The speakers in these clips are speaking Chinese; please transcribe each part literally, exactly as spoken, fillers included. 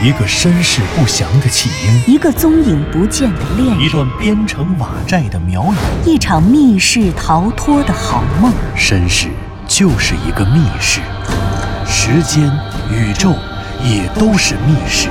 一个身世不详的弃婴， 一个踪影不见的恋人， 一段边城瓦寨的苗语， 一场密室逃脱的好梦。 身世就是一个密室，时间、宇宙也都是密室。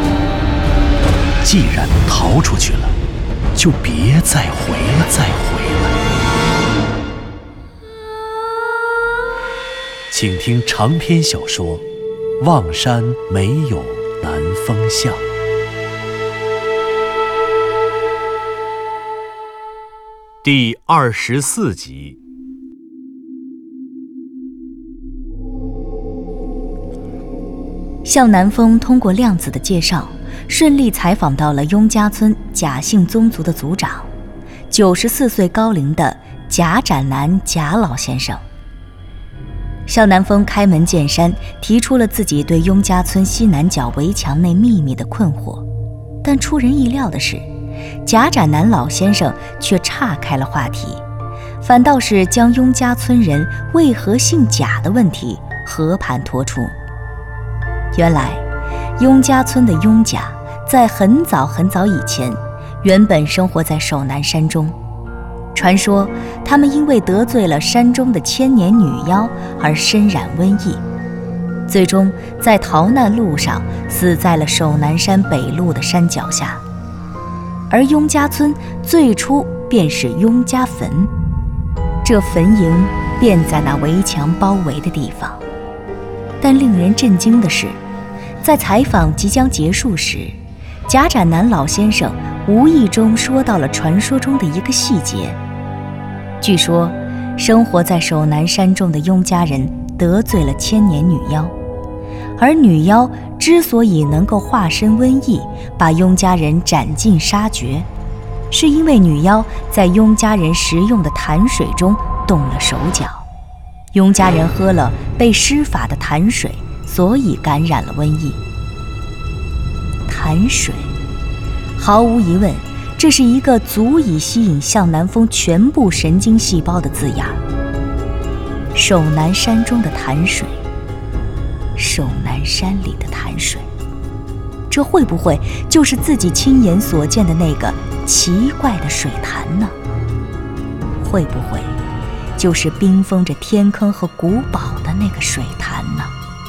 既然逃出去了，就别再回来，再回来。请听长篇小说《望山没有南风向》第二十四集。 向南风通过亮子的介绍，顺利采访到了雍家村贾姓宗族的族长，九十四岁高龄的贾展南贾老先生。向南风开门见山提出了自己对雍家村西南角围墙内秘密的困惑，但出人意料的是，贾展南老先生却岔开了话题，反倒是将雍家村人为何姓贾的问题和盘托出。原来雍家村的雍家在很早很早以前原本生活在守南山中，传说他们因为得罪了山中的千年女妖而身染瘟疫，最终在逃难路上死在了守南山北麓的山脚下。而雍家村最初便是雍家坟，这坟茔便在那围墙包围的地方。但令人震惊的是，在采访即将结束时，贾展南老先生无意中说到了传说中的一个细节。据说生活在守南山中的雍家人得罪了千年女妖，而女妖之所以能够化身瘟疫把雍家人斩尽杀绝，是因为女妖在雍家人食用的潭水中动了手脚，雍家人喝了被施法的潭水，所以感染了瘟疫。潭水，毫无疑问，这是一个足以吸引向南风全部神经细胞的字眼。守南山中的潭水，守南山里的潭水，这会不会就是自己亲眼所见的那个奇怪的水潭呢？会不会就是冰封着天坑和古堡的那个水潭呢？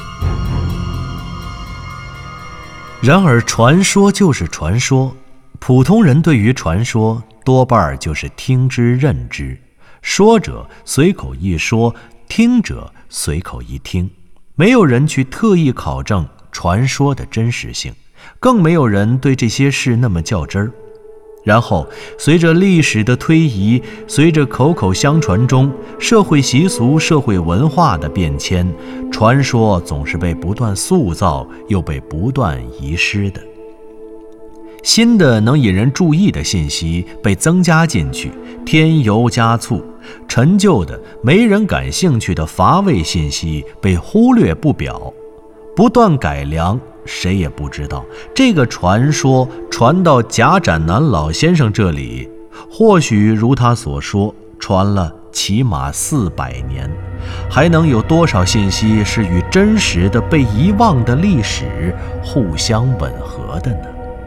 然而传说就是传说，普通人对于传说多半就是听之任之，说者随口一说，听者随口一听，没有人去特意考证传说的真实性，更没有人对这些事那么较真儿。然后随着历史的推移，随着口口相传中社会习俗、社会文化的变迁，传说总是被不断塑造，又被不断遗失的。新的能引人注意的信息被增加进去，添油加醋；陈旧的没人感兴趣的乏味信息被忽略不表，不断改良。谁也不知道这个传说传到贾展南老先生这里，或许如他所说，传了起码四百年，还能有多少信息是与真实的被遗忘的历史互相吻合的呢？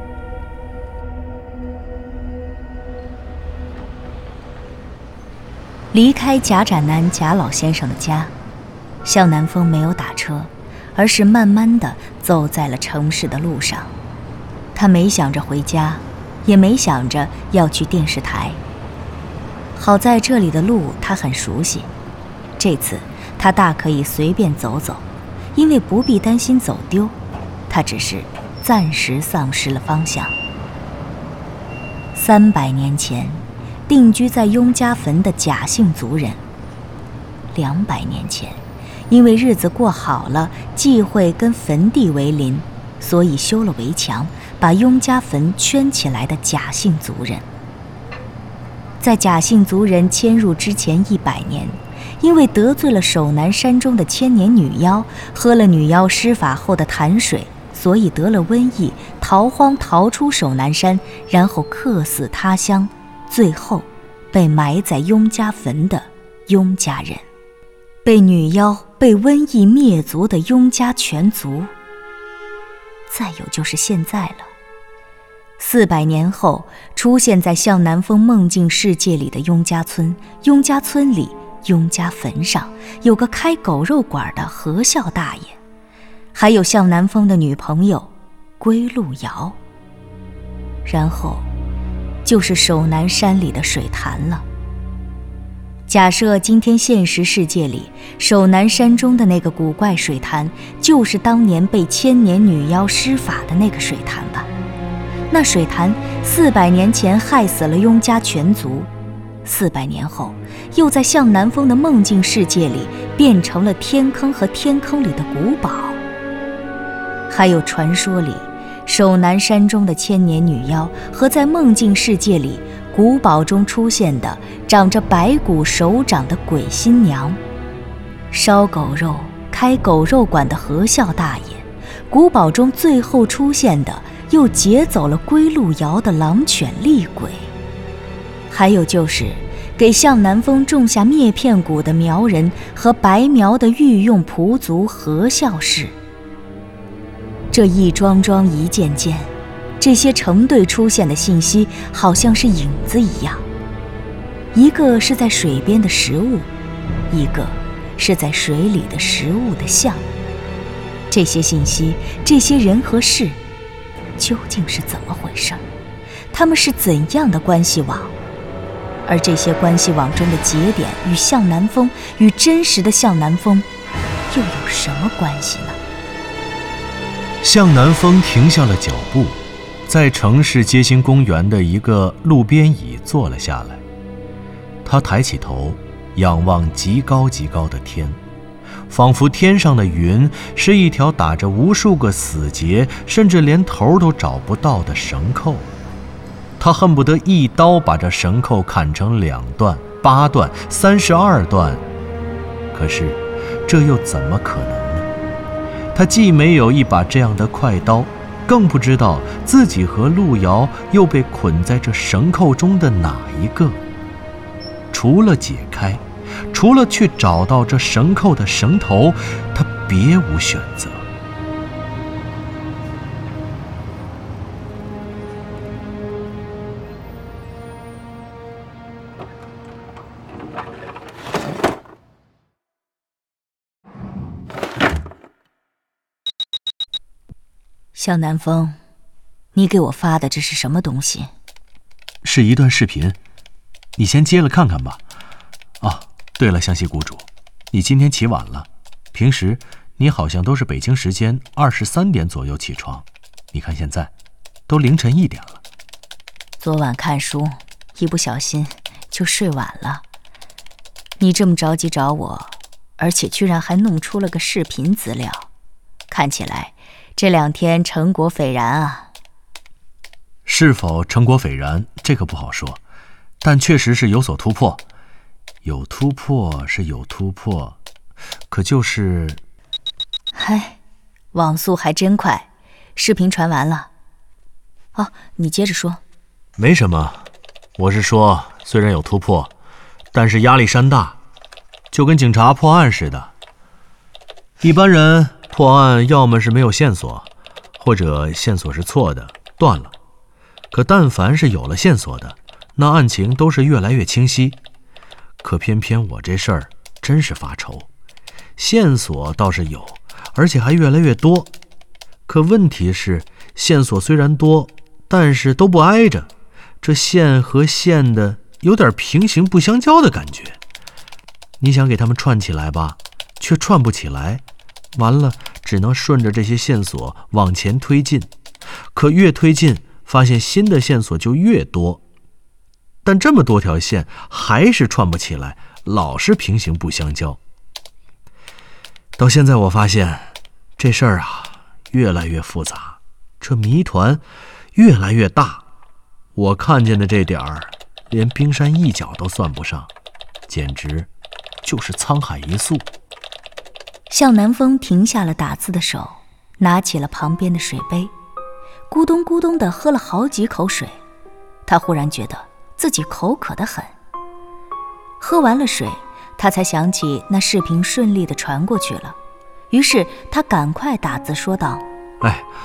离开贾展南贾老先生的家，向南风没有打车，而是慢慢地走在了城市的路上。他没想着回家，也没想着要去电视台。好在这里的路他很熟悉，这次他大可以随便走走，因为不必担心走丢，他只是暂时丧失了方向。三百年前定居在雍家坟的贾姓族人，两百年前因为日子过好了，忌讳跟坟地为邻，所以修了围墙，把雍家坟圈起来的贾姓族人。在贾姓族人迁入之前一百年，因为得罪了守南山中的千年女妖，喝了女妖施法后的潭水，所以得了瘟疫，逃荒逃出守南山，然后客死他乡，最后被埋在雍家坟的雍家人，被女妖被瘟疫灭族的雍家全族。 再有就是现在了。四百年后，出现在向南风梦境世界里的雍家村，雍家村里雍家坟上有个开狗肉馆的和孝大爷，还有向南风的女朋友归路遥。然后就是守南山里的水潭了。假设今天现实世界里守南山中的那个古怪水潭就是当年被千年女妖施法的那个水潭吧。那水潭四百年前害死了雍家全族，四百年后又在向南风的梦境世界里变成了天坑和天坑里的古堡。还有传说里守南山中的千年女妖和在梦境世界里古堡中出现的长着白骨手掌的鬼新娘，烧狗肉开狗肉馆的和孝大爷，古堡中最后出现的又劫走了归路遥的狼犬厉鬼，还有就是给向南风种下灭片蛊的苗人和白苗的御用仆族和孝氏。这一桩桩一件件，这些成对出现的信息好像是影子一样，一个是在水边的食物，一个是在水里的食物的像。这些信息，这些人和事究竟是怎么回事？他们是怎样的关系网？而这些关系网中的节点与向南风，与真实的向南风又有什么关系呢？ 向南风停下了脚步，在城市街心公园的一个路边椅坐了下来。他抬起头，仰望极高极高的天，仿佛天上的云是一条打着无数个死结，甚至连头都找不到的绳扣。他恨不得一刀把这绳扣砍成两段、八段、三十二段，可是这又怎么可能呢？他既没有一把这样的快刀，更不知道自己和路遥又被捆在这绳扣中的哪一个。除了解开，除了去找到这绳扣的绳头，他别无选择。 向南风，你给我发的这是什么东西？ 是一段视频，你先接了看看吧。哦，对了，湘西谷主，你今天起晚了，平时你好像都是北京时间二十三点左右起床，你看现在都凌晨一点了。 昨晚看书，一不小心就睡晚了。你这么着急找我，而且居然还弄出了个视频资料，看起来这两天成果斐然啊。 是否成果斐然，这个不好说，但确实是有所突破。有突破是有突破，可就是…… 嗨，网速还真快，视频传完了。哦，你接着说。 没什么，我是说，虽然有突破，但是压力山大，就跟警察破案似的。一般人破案要么是没有线索，或者线索是错的，断了。可但凡是有了线索的，那案情都是越来越清晰。可偏偏我这事儿真是发愁，线索倒是有，而且还越来越多。可问题是，线索虽然多，但是都不挨着，这线和线的有点平行不相交的感觉。你想给他们串起来吧，却串不起来。完了，只能顺着这些线索往前推进，可越推进，发现新的线索就越多。但这么多条线还是串不起来，老是平行不相交。到现在我发现，这事儿啊越来越复杂，这谜团越来越大。我看见的这点儿，连冰山一角都算不上，简直就是沧海一粟。 向南风停下了打字的手，拿起了旁边的水杯，咕咚咕咚地喝了好几口水。他忽然觉得自己口渴得很。喝完了水，他才想起那视频顺利地传过去了，于是他赶快打字说道： 哎，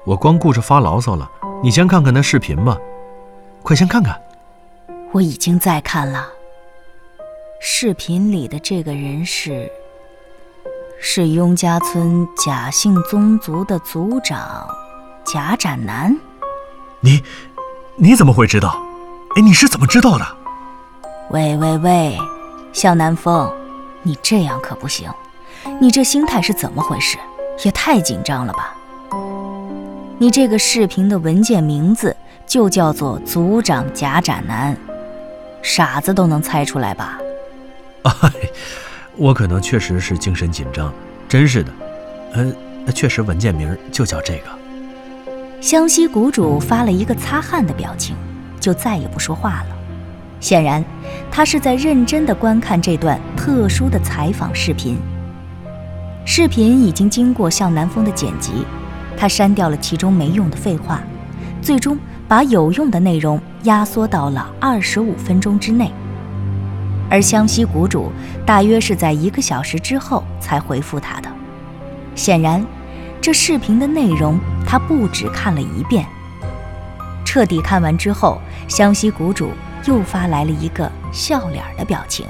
我光顾着发牢骚了，你先看看那视频吧，快先看看。 我已经在看了。视频里的这个人是是雍家村贾姓宗族的族长贾展南。 你你怎么会知道？哎，你是怎么知道的？ 喂喂喂，向南风，你这样可不行，你这心态是怎么回事？也太紧张了吧。你这个视频的文件名字就叫做族长贾展南，傻子都能猜出来吧？ 哎，我可能确实是精神紧张，真是的。呃，确实文件名就叫这个。 湘西谷主发了一个擦汗的表情，就再也不说话了。显然，他是在认真地观看这段特殊的采访视频。视频已经经过向南风的剪辑，他删掉了其中没用的废话，最终把有用的内容压缩到了二十五分钟之内。而湘西谷主大约是在一个小时之后才回复他的。显然，这视频的内容他不只看了一遍。彻底看完之后，湘西谷主又发来了一个笑脸的表情。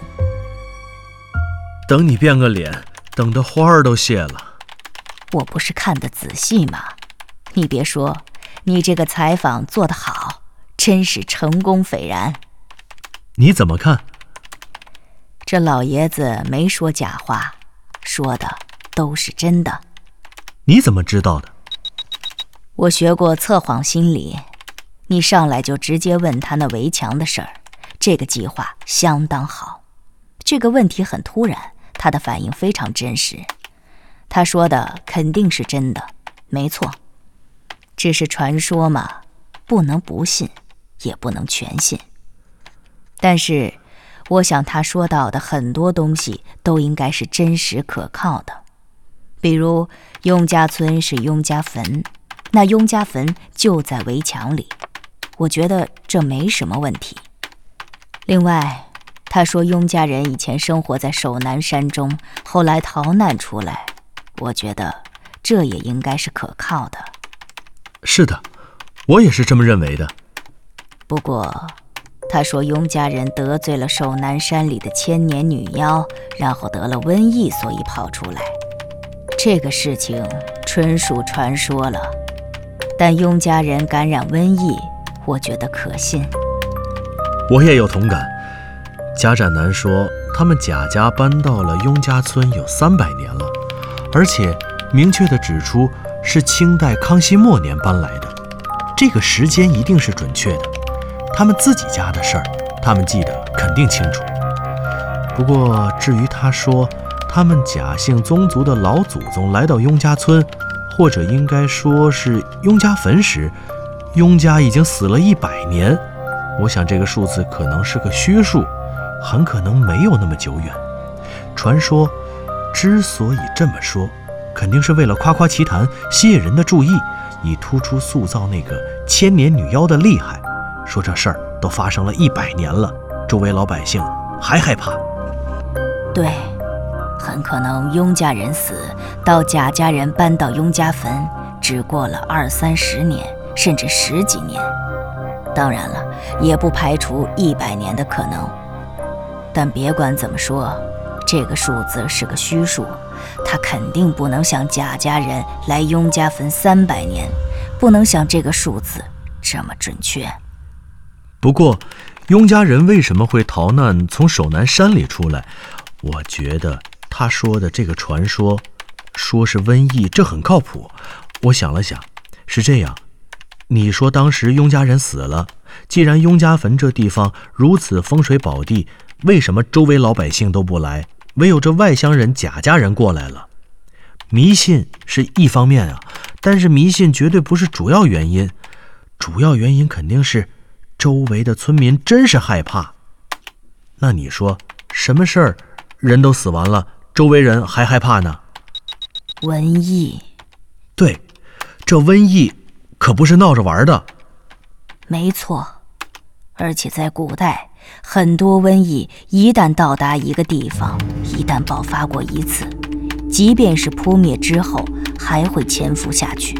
等你变个脸，等的花儿都谢了。 我不是看得仔细吗？你别说，你这个采访做得好，真是成功斐然。 你怎么看？ 这老爷子没说假话，说的都是真的。 你怎么知道的？ 我学过测谎心理，你上来就直接问他那围墙的事儿，这个计划相当好。这个问题很突然，他的反应非常真实。他说的肯定是真的，没错。只是传说嘛，不能不信，也不能全信。但是我想他说到的很多东西都应该是真实可靠的，比如雍家村是雍家坟，那雍家坟就在围墙里，我觉得这没什么问题。另外，他说雍家人以前生活在守南山中，后来逃难出来，我觉得这也应该是可靠的。 是的，我也是这么认为的。 不过他说雍家人得罪了守南山里的千年女妖，然后得了瘟疫，所以跑出来。这个事情纯属传说了，但雍家人感染瘟疫，我觉得可信。 我也有同感。贾展南说他们贾家搬到了雍家村有三百年了，而且明确地指出是清代康熙末年搬来的，这个时间一定是准确的。他们自己家的事儿，他们记得肯定清楚。不过至于他说他们贾姓宗族的老祖宗来到雍家村，或者应该说是雍家坟时，雍家已经死了一百年，我想这个数字可能是个虚数，很可能没有那么久远。传说之所以这么说，肯定是为了夸夸其谈，吸引人的注意，以突出塑造那个千年女妖的厉害。说这事儿都发生了一百年了，周围老百姓还害怕。 对，很可能雍家人死到贾家人搬到雍家坟，只过了二三十年，甚至十几年。当然了，也不排除一百年的可能。但别管怎么说，这个数字是个虚数，他肯定不能像贾家人来雍家坟三百年，不能像这个数字这么准确。 不过雍家人为什么会逃难从守南山里出来，我觉得他说的这个传说说是瘟疫，这很靠谱。我想了想，是这样，你说当时雍家人死了，既然雍家坟这地方如此风水宝地，为什么周围老百姓都不来，唯有这外乡人贾家人过来了？迷信是一方面啊，但是迷信绝对不是主要原因，主要原因肯定是周围的村民真是害怕。那你说什么事儿人都死完了，周围人还害怕呢？ 瘟疫。 对，这瘟疫可不是闹着玩的。 没错，而且在古代，很多瘟疫一旦到达一个地方，一旦爆发过一次，即便是扑灭之后，还会潜伏下去，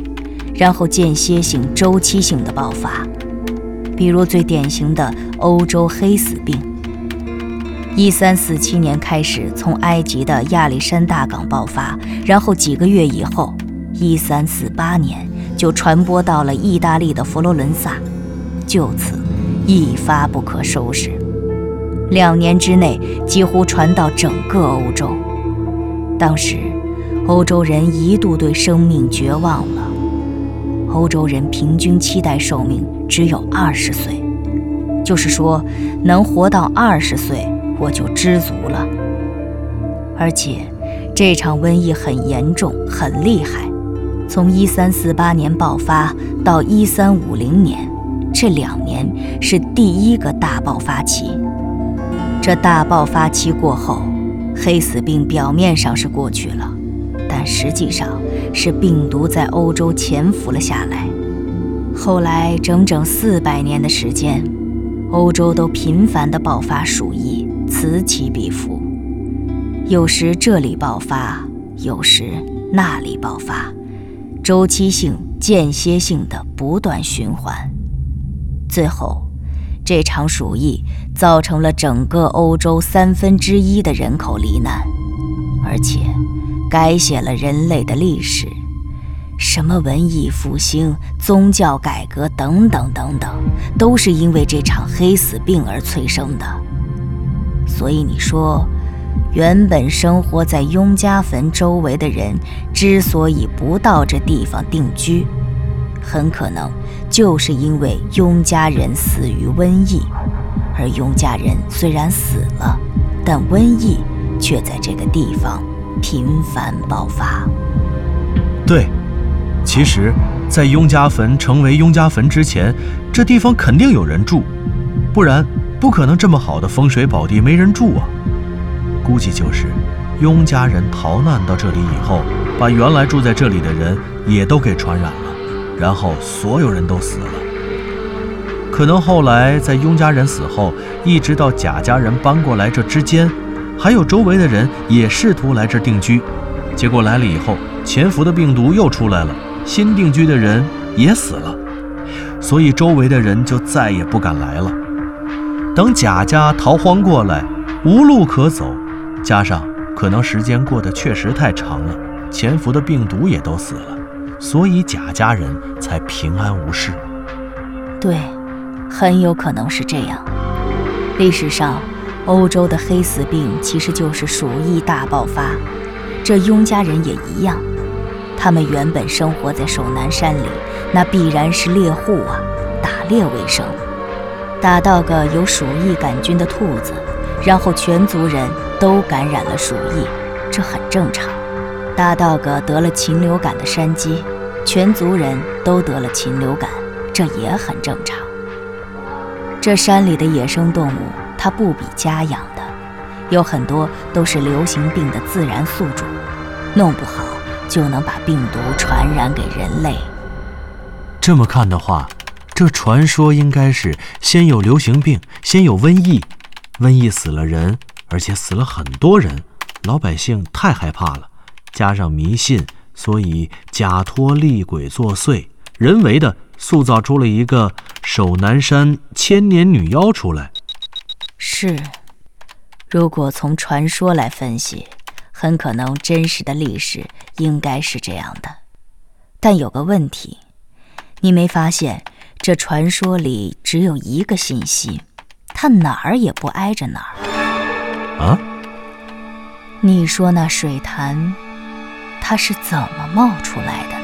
然后间歇性、周期性的爆发。比如最典型的欧洲黑死病，一三四七年开始从埃及的亚历山大港爆发，然后几个月以后，一三四八年就传播到了意大利的佛罗伦萨，就此一发不可收拾。两年之内几乎传到整个欧洲。当时欧洲人一度对生命绝望了，欧洲人平均期待寿命只有二十岁，就是说能活到二十岁我就知足了。而且这场瘟疫很严重很厉害，从一三四八年爆发到一三五零年，这两年是第一个大爆发期。这大爆发期过后，黑死病表面上是过去了，但实际上是病毒在欧洲潜伏了下来。后来整整四百年的时间，欧洲都频繁地爆发鼠疫，此起彼伏，有时这里爆发，有时那里爆发，周期性、间歇性的不断循环。最后这场鼠疫造成了整个欧洲三分之一的人口罹难，而且改写了人类的历史，什么文艺复兴、宗教改革等等等等，都是因为这场黑死病而催生的。所以你说，原本生活在雍家坟周围的人之所以不到这地方定居，很可能就是因为雍家人死于瘟疫，而雍家人虽然死了，但瘟疫却在这个地方频繁爆发。 对，其实在雍家坟成为雍家坟之前，这地方肯定有人住，不然不可能这么好的风水宝地没人住啊。估计就是雍家人逃难到这里以后，把原来住在这里的人也都给传染了，然后所有人都死了。可能后来在雍家人死后，一直到贾家人搬过来这之间，还有周围的人也试图来这定居，结果来了以后，潜伏的病毒又出来了，新定居的人也死了，所以周围的人就再也不敢来了。等贾家逃荒过来，无路可走，加上可能时间过得确实太长了，潜伏的病毒也都死了，所以贾家人才平安无事。 对，很有可能是这样。历史上欧洲的黑死病其实就是鼠疫大爆发，这雍家人也一样，他们原本生活在守南山里，那必然是猎户啊，打猎为生，打到个有鼠疫杆菌的兔子，然后全族人都感染了鼠疫，这很正常。打到个得了禽流感的山鸡，全族人都得了禽流感，这也很正常。这山里的野生动物它不比家养的，有很多都是流行病的自然宿主，弄不好就能把病毒传染给人类。 这么看的话，这传说应该是先有流行病，先有瘟疫，瘟疫死了人，而且死了很多人，老百姓太害怕了，加上迷信，所以假托厉鬼作祟，人为的塑造出了一个守南山千年女妖出来。 是，如果从传说来分析，很可能真实的历史应该是这样的。但有个问题，你没发现这传说里只有一个信息，它哪儿也不挨着哪儿啊？ 你说那水潭它是怎么冒出来的呢？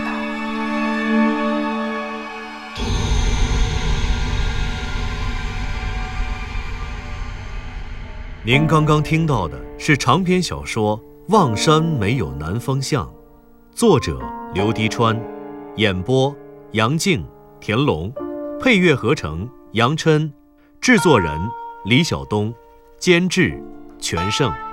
您刚刚听到的是长篇小说《望山没有南方向》，作者刘迪川，演播杨静、田龙，配乐合成杨琛，制作人李晓东，监制全胜。